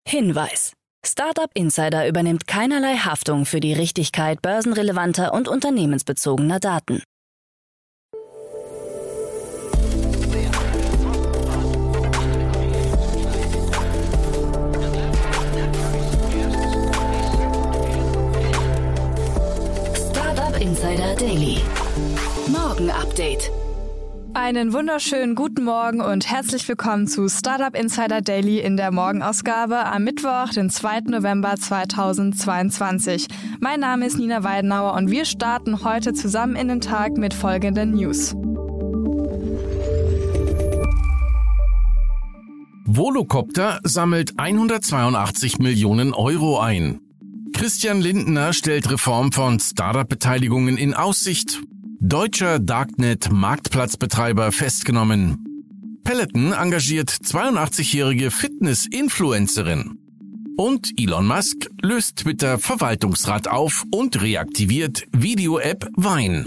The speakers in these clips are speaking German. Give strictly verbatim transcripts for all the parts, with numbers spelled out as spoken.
Hinweis: Startup Insider übernimmt keinerlei Haftung für die Richtigkeit börsenrelevanter und unternehmensbezogener Daten. Startup Insider Daily. Morgen Update. Einen wunderschönen guten Morgen und herzlich willkommen zu Startup Insider Daily in der Morgenausgabe am Mittwoch, den zweiten November zweitausendzweiundzwanzig. Mein Name ist Nina Weidenauer und wir starten heute zusammen in den Tag mit folgenden News. Volocopter sammelt hundertzweiundachtzig Millionen Euro ein. Christian Lindner stellt Reform von Startup-Beteiligungen in Aussicht. Deutscher Darknet-Marktplatzbetreiber festgenommen. Peloton engagiert zweiundachtzigjährige Fitness-Influencerin. Und Elon Musk löst Twitter Verwaltungsrat auf und reaktiviert Video-App Vine.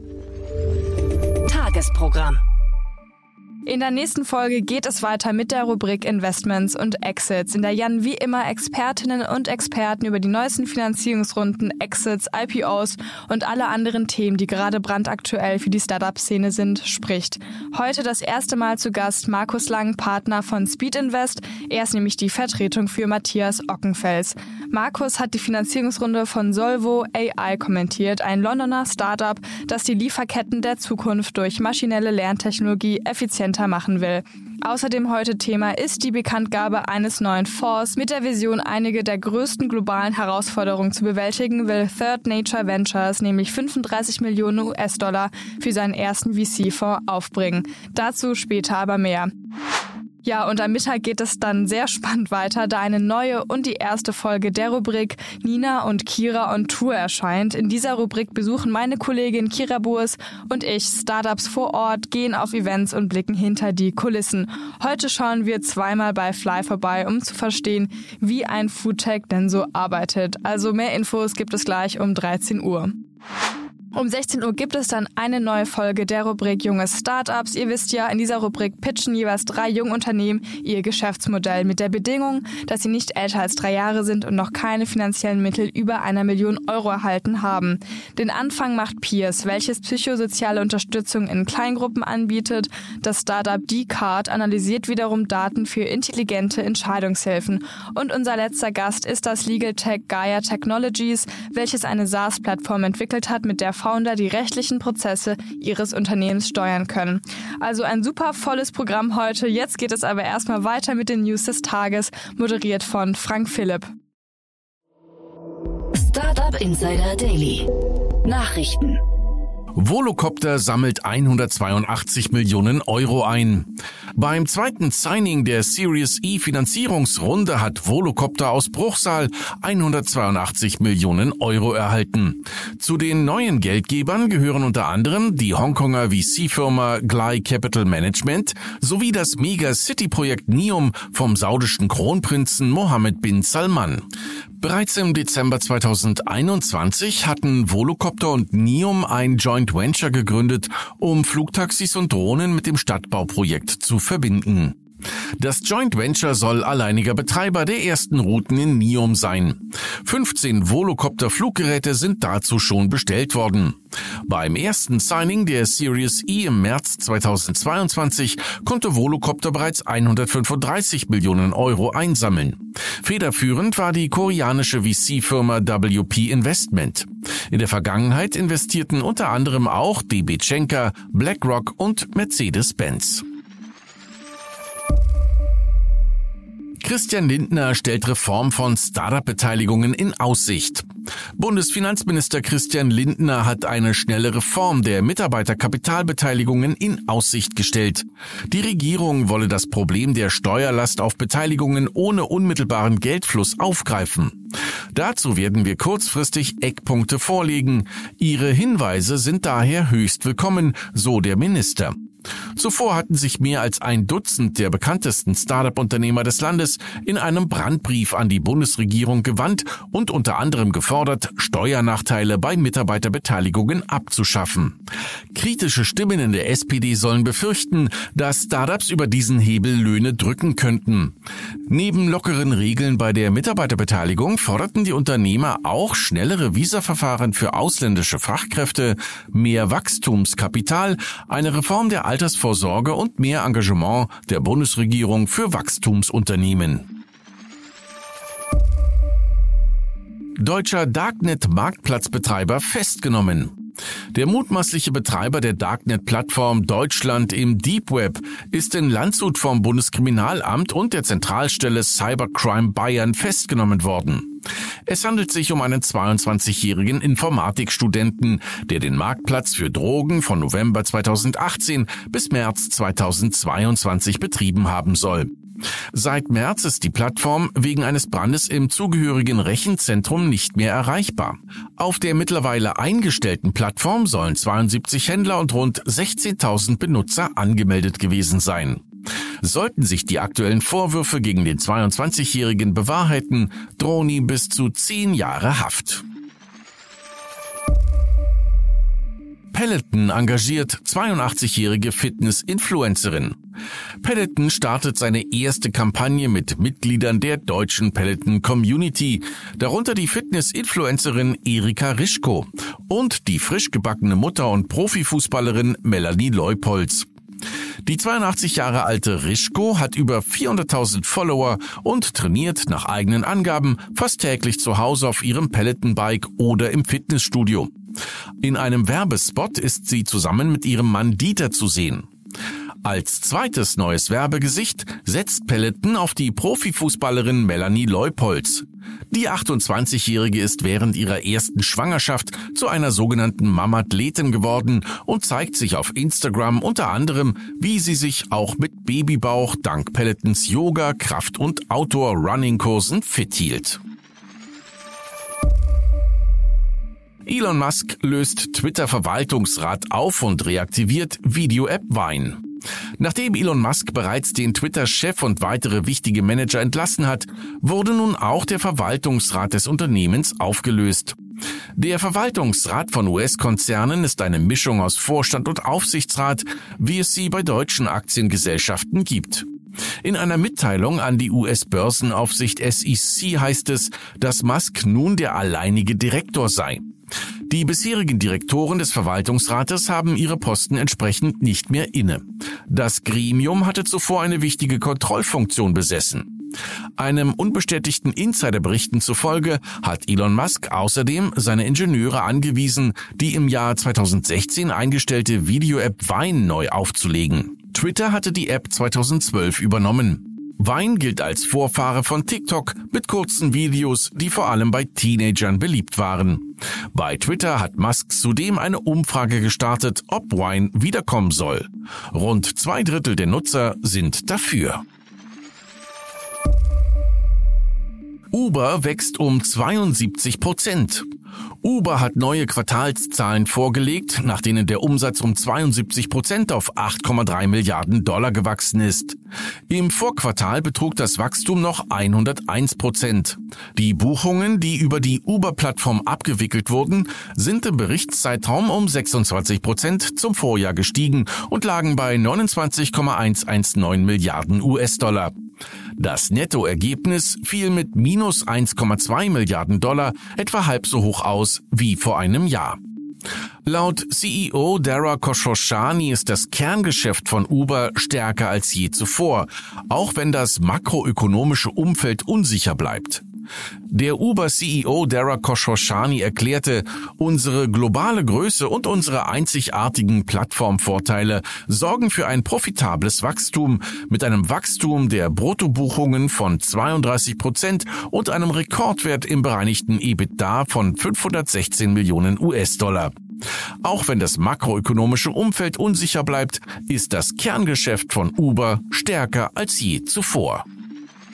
Tagesprogramm. In der nächsten Folge geht es weiter mit der Rubrik Investments und Exits, in der Jan wie immer Expertinnen und Experten über die neuesten Finanzierungsrunden, Exits, I P Os und alle anderen Themen, die gerade brandaktuell für die Startup-Szene sind, spricht. Heute das erste Mal zu Gast Markus Lang, Partner von Speed Invest. Er ist nämlich die Vertretung für Matthias Ockenfels. Markus hat die Finanzierungsrunde von Solvo A I kommentiert, ein Londoner Startup, das die Lieferketten der Zukunft durch maschinelle Lerntechnologie effizient machen will. Außerdem heute Thema ist die Bekanntgabe eines neuen Fonds. Mit der Vision, einige der größten globalen Herausforderungen zu bewältigen, will Third Nature Ventures nämlich fünfunddreißig Millionen U S-Dollar für seinen ersten V C-Fonds aufbringen. Dazu später aber mehr. Ja, und am Mittag geht es dann sehr spannend weiter, da eine neue und die erste Folge der Rubrik Nina und Kira on Tour erscheint. In dieser Rubrik besuchen meine Kollegin Kira Burs und ich Startups vor Ort, gehen auf Events und blicken hinter die Kulissen. Heute schauen wir zweimal bei Fly vorbei, um zu verstehen, wie ein Foodtech denn so arbeitet. Also mehr Infos gibt es gleich um dreizehn Uhr. Um sechzehn Uhr gibt es dann eine neue Folge der Rubrik Junge Startups. Ihr wisst ja, in dieser Rubrik pitchen jeweils drei Jungunternehmen ihr Geschäftsmodell mit der Bedingung, dass sie nicht älter als drei Jahre sind und noch keine finanziellen Mittel über einer Million Euro erhalten haben. Den Anfang macht Peers, welches psychosoziale Unterstützung in Kleingruppen anbietet. Das Startup D-Card analysiert wiederum Daten für intelligente Entscheidungshilfen. Und unser letzter Gast ist das Legal Tech Gaia Technologies, welches eine SaaS-Plattform entwickelt hat, mit der Founder die rechtlichen Prozesse ihres Unternehmens steuern können. Also ein super volles Programm heute. Jetzt geht es aber erstmal weiter mit den News des Tages, moderiert von Frank Philipp. Startup Insider Daily. Nachrichten. Volocopter sammelt hundertzweiundachtzig Millionen Euro ein. Beim zweiten Signing der Series E Finanzierungsrunde hat Volocopter aus Bruchsal hundertzweiundachtzig Millionen Euro erhalten. Zu den neuen Geldgebern gehören unter anderem die Hongkonger V C-Firma Glai Capital Management sowie das Mega-City-Projekt Neom vom saudischen Kronprinzen Mohammed bin Salman. Bereits im Dezember zweitausendeinundzwanzig hatten Volocopter und Neom ein Joint Venture gegründet, um Flugtaxis und Drohnen mit dem Stadtbauprojekt zu verbinden. Das Joint Venture soll alleiniger Betreiber der ersten Routen in Neom sein. fünfzehn Volocopter-Fluggeräte sind dazu schon bestellt worden. Beim ersten Signing der Series E im März zweitausendzweiundzwanzig konnte Volocopter bereits hundertfünfunddreißig Millionen Euro einsammeln. Federführend war die koreanische V C-Firma W P Investment. In der Vergangenheit investierten unter anderem auch D B Schenker, BlackRock und Mercedes-Benz. Christian Lindner stellt Reform von Startup-Beteiligungen in Aussicht. Bundesfinanzminister Christian Lindner hat eine schnelle Reform der Mitarbeiterkapitalbeteiligungen in Aussicht gestellt. Die Regierung wolle das Problem der Steuerlast auf Beteiligungen ohne unmittelbaren Geldfluss aufgreifen. Dazu werden wir kurzfristig Eckpunkte vorlegen. Ihre Hinweise sind daher höchst willkommen, so der Minister. Zuvor hatten sich mehr als ein Dutzend der bekanntesten Start-up-Unternehmer des Landes in einem Brandbrief an die Bundesregierung gewandt und unter anderem gefordert, Steuernachteile bei Mitarbeiterbeteiligungen abzuschaffen. Kritische Stimmen in der S P D sollen befürchten, dass Start-ups über diesen Hebel Löhne drücken könnten. Neben lockeren Regeln bei der Mitarbeiterbeteiligung forderten die Unternehmer auch schnellere Visaverfahren für ausländische Fachkräfte, mehr Wachstumskapital, eine Reform der Altersvorsorge und mehr Engagement der Bundesregierung für Wachstumsunternehmen. Deutscher Darknet-Marktplatzbetreiber festgenommen. Der mutmaßliche Betreiber der Darknet-Plattform Deutschland im Deep Web ist in Landshut vom Bundeskriminalamt und der Zentralstelle Cybercrime Bayern festgenommen worden. Es handelt sich um einen zweiundzwanzigjährigen Informatikstudenten, der den Marktplatz für Drogen von November zweitausendachtzehn bis März zweitausendzweiundzwanzig betrieben haben soll. Seit März ist die Plattform wegen eines Brandes im zugehörigen Rechenzentrum nicht mehr erreichbar. Auf der mittlerweile eingestellten Plattform sollen zweiundsiebzig Händler und rund sechzehntausend Benutzer angemeldet gewesen sein. Sollten sich die aktuellen Vorwürfe gegen den zweiundzwanzigjährigen bewahrheiten, drohen ihm bis zu zehn Jahre Haft. Peloton engagiert zweiundachtzigjährige Fitness-Influencerin. Peloton startet seine erste Kampagne mit Mitgliedern der deutschen Peloton-Community, darunter die Fitness-Influencerin Erika Rischko und die frisch gebackene Mutter und Profifußballerin Melanie Leupolz. Die zweiundachtzig Jahre alte Rischko hat über vierhunderttausend Follower und trainiert nach eigenen Angaben fast täglich zu Hause auf ihrem Peloton-Bike oder im Fitnessstudio. In einem Werbespot ist sie zusammen mit ihrem Mann Dieter zu sehen. Als zweites neues Werbegesicht setzt Peloton auf die Profifußballerin Melanie Leupolz. Die achtundzwanzigjährige ist während ihrer ersten Schwangerschaft zu einer sogenannten Mamathletin geworden und zeigt sich auf Instagram unter anderem, wie sie sich auch mit Babybauch dank Pelotons Yoga, Kraft- und Outdoor-Running-Kursen fit hielt. Elon Musk löst Twitter-Verwaltungsrat auf und reaktiviert Video-App Vine. Nachdem Elon Musk bereits den Twitter-Chef und weitere wichtige Manager entlassen hat, wurde nun auch der Verwaltungsrat des Unternehmens aufgelöst. Der Verwaltungsrat von U S-Konzernen ist eine Mischung aus Vorstand und Aufsichtsrat, wie es sie bei deutschen Aktiengesellschaften gibt. In einer Mitteilung an die U S-Börsenaufsicht S E C heißt es, dass Musk nun der alleinige Direktor sei. Die bisherigen Direktoren des Verwaltungsrates haben ihre Posten entsprechend nicht mehr inne. Das Gremium hatte zuvor eine wichtige Kontrollfunktion besessen. Einem unbestätigten Insiderberichten zufolge hat Elon Musk außerdem seine Ingenieure angewiesen, die im Jahr zweitausendsechzehn eingestellte Video-App Vine neu aufzulegen. Twitter hatte die App zweitausendzwölf übernommen. Vine gilt als Vorfahre von TikTok mit kurzen Videos, die vor allem bei Teenagern beliebt waren. Bei Twitter hat Musk zudem eine Umfrage gestartet, ob Vine wiederkommen soll. Rund zwei Drittel der Nutzer sind dafür. Uber wächst um zweiundsiebzig Prozent. Uber hat neue Quartalszahlen vorgelegt, nach denen der Umsatz um zweiundsiebzig Prozent auf acht Komma drei Milliarden Dollar gewachsen ist. Im Vorquartal betrug das Wachstum noch hunderteins Prozent. Die Buchungen, die über die Uber-Plattform abgewickelt wurden, sind im Berichtszeitraum um sechsundzwanzig Prozent zum Vorjahr gestiegen und lagen bei neunundzwanzig Komma hundertneunzehn Milliarden U S-Dollar. Das Nettoergebnis fiel mit minus eins Komma zwei Milliarden Dollar etwa halb so hoch aus wie vor einem Jahr. Laut C E O Dara Khosrowshahi ist das Kerngeschäft von Uber stärker als je zuvor, auch wenn das makroökonomische Umfeld unsicher bleibt. Der Uber-C E O Dara Khosrowshahi erklärte, unsere globale Größe und unsere einzigartigen Plattformvorteile sorgen für ein profitables Wachstum mit einem Wachstum der Bruttobuchungen von zweiunddreißig Prozent und einem Rekordwert im bereinigten EBITDA von fünfhundertsechzehn Millionen U S-Dollar. Auch wenn das makroökonomische Umfeld unsicher bleibt, ist das Kerngeschäft von Uber stärker als je zuvor.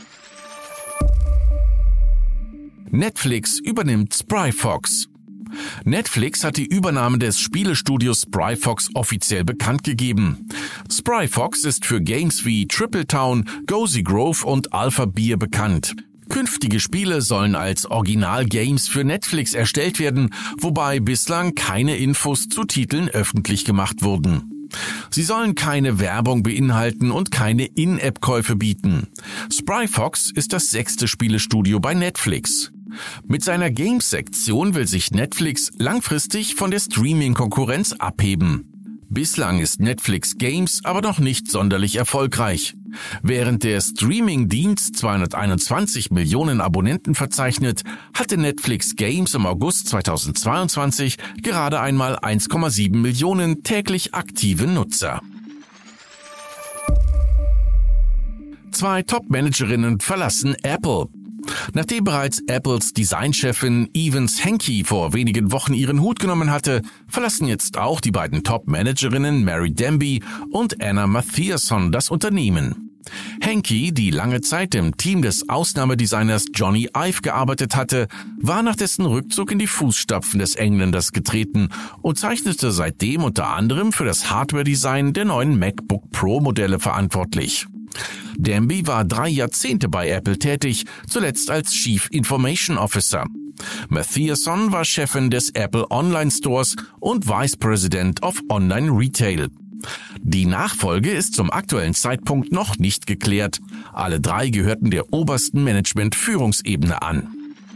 Netflix übernimmt Spryfox. Netflix hat die Übernahme des Spielestudios Spryfox offiziell bekannt gegeben. Spryfox ist für Games wie Triple Town, Cozy Grove und Alpha Beer bekannt. Künftige Spiele sollen als Original-Games für Netflix erstellt werden, wobei bislang keine Infos zu Titeln öffentlich gemacht wurden. Sie sollen keine Werbung beinhalten und keine In-App-Käufe bieten. Spryfox ist das sechste Spielestudio bei Netflix. Mit seiner Games-Sektion will sich Netflix langfristig von der Streaming-Konkurrenz abheben. Bislang ist Netflix Games aber noch nicht sonderlich erfolgreich. Während der Streaming-Dienst zweihunderteinundzwanzig Millionen Abonnenten verzeichnet, hatte Netflix Games im August zweitausendzweiundzwanzig gerade einmal eins Komma sieben Millionen täglich aktive Nutzer. Zwei Top-Managerinnen verlassen Apple. Nachdem bereits Apples Designchefin Evans Henke vor wenigen Wochen ihren Hut genommen hatte, verlassen jetzt auch die beiden Top-Managerinnen Mary Demby und Anna Mathiasson das Unternehmen. Henke, die lange Zeit im Team des Ausnahmedesigners Johnny Ive gearbeitet hatte, war nach dessen Rückzug in die Fußstapfen des Engländers getreten und zeichnete seitdem unter anderem für das Hardware-Design der neuen MacBook Pro-Modelle verantwortlich. Demby war drei Jahrzehnte bei Apple tätig, zuletzt als Chief Information Officer. Mathiasson war Chefin des Apple Online Stores und Vice President of Online Retail. Die Nachfolge ist zum aktuellen Zeitpunkt noch nicht geklärt. Alle drei gehörten der obersten Management-Führungsebene an.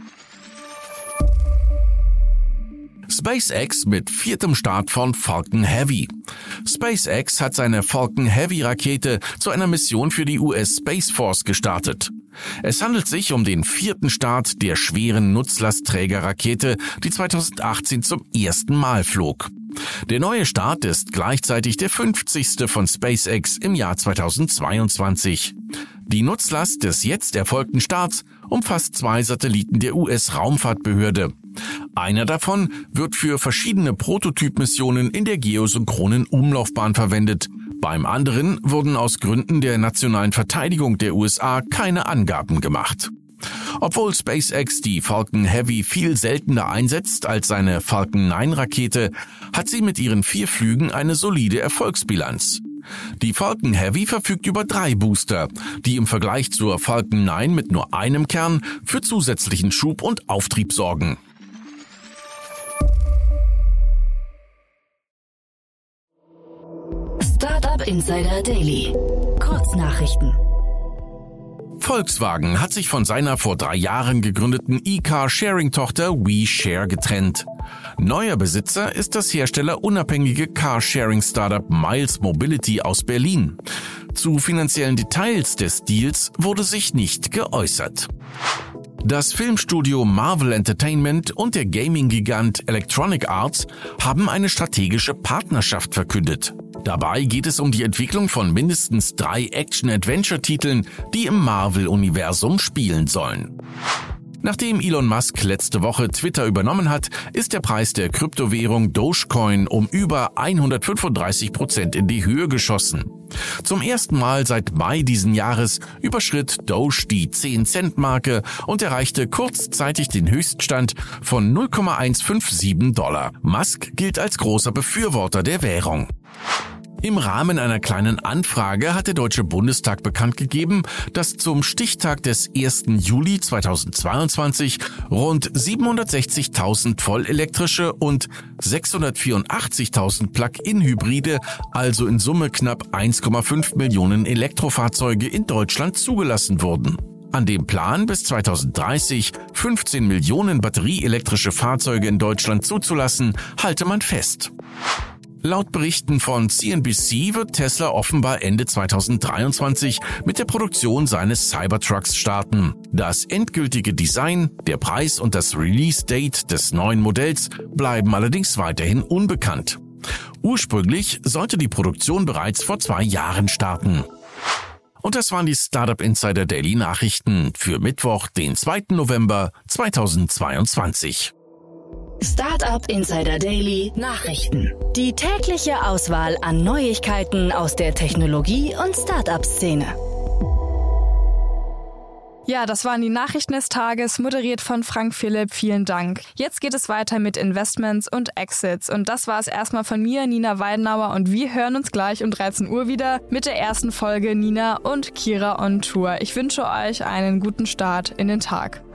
SpaceX mit viertem Start von Falcon Heavy. SpaceX hat seine Falcon Heavy Rakete zu einer Mission für die U S Space Force gestartet. Es handelt sich um den vierten Start der schweren Nutzlastträgerrakete, die zweitausendachtzehn zum ersten Mal flog. Der neue Start ist gleichzeitig der fünfzigste von SpaceX im Jahr zweitausendzweiundzwanzig. Die Nutzlast des jetzt erfolgten Starts umfasst zwei Satelliten der U S-Raumfahrtbehörde. Einer davon wird für verschiedene Prototypmissionen in der geosynchronen Umlaufbahn verwendet. Beim anderen wurden aus Gründen der nationalen Verteidigung der U S A keine Angaben gemacht. Obwohl SpaceX die Falcon Heavy viel seltener einsetzt als seine Falcon neun Rakete, hat sie mit ihren vier Flügen eine solide Erfolgsbilanz. Die Falcon Heavy verfügt über drei Booster, die im Vergleich zur Falcon neun mit nur einem Kern für zusätzlichen Schub und Auftrieb sorgen. Startup Insider Daily. Kurznachrichten. Volkswagen hat sich von seiner vor drei Jahren gegründeten E-Car-Sharing-Tochter WeShare getrennt. Neuer Besitzer ist das herstellerunabhängige Carsharing-Startup Miles Mobility aus Berlin. Zu finanziellen Details des Deals wurde sich nicht geäußert. Das Filmstudio Marvel Entertainment und der Gaming-Gigant Electronic Arts haben eine strategische Partnerschaft verkündet. Dabei geht es um die Entwicklung von mindestens drei Action-Adventure-Titeln, die im Marvel-Universum spielen sollen. Nachdem Elon Musk letzte Woche Twitter übernommen hat, ist der Preis der Kryptowährung Dogecoin um über hundertfünfunddreißig Prozent in die Höhe geschossen. Zum ersten Mal seit Mai diesen Jahres überschritt Doge die zehn Cent Marke und erreichte kurzzeitig den Höchststand von null Komma hundertfünfundsiebzig Dollar. Musk gilt als großer Befürworter der Währung. Im Rahmen einer kleinen Anfrage hat der Deutsche Bundestag bekannt gegeben, dass zum Stichtag des ersten Juli zweitausendzweiundzwanzig rund siebenhundertsechzigtausend vollelektrische und sechshundertvierundachtzigtausend Plug-in-Hybride, also in Summe knapp eins Komma fünf Millionen Elektrofahrzeuge in Deutschland zugelassen wurden. An dem Plan, bis zweitausenddreißig fünfzehn Millionen batterieelektrische Fahrzeuge in Deutschland zuzulassen, halte man fest. Laut Berichten von C N B C wird Tesla offenbar Ende zweitausenddreiundzwanzig mit der Produktion seines Cybertrucks starten. Das endgültige Design, der Preis und das Release-Date des neuen Modells bleiben allerdings weiterhin unbekannt. Ursprünglich sollte die Produktion bereits vor zwei Jahren starten. Und das waren die Startup Insider Daily Nachrichten für Mittwoch, den zweiten November zweitausendzweiundzwanzig. Startup Insider Daily Nachrichten. Die tägliche Auswahl an Neuigkeiten aus der Technologie- und Startup-Szene. Ja, das waren die Nachrichten des Tages, moderiert von Frank Philipp. Vielen Dank. Jetzt geht es weiter mit Investments und Exits. Und das war es erstmal von mir, Nina Weidenauer. Und wir hören uns gleich um dreizehn Uhr wieder mit der ersten Folge Nina und Kira on Tour. Ich wünsche euch einen guten Start in den Tag.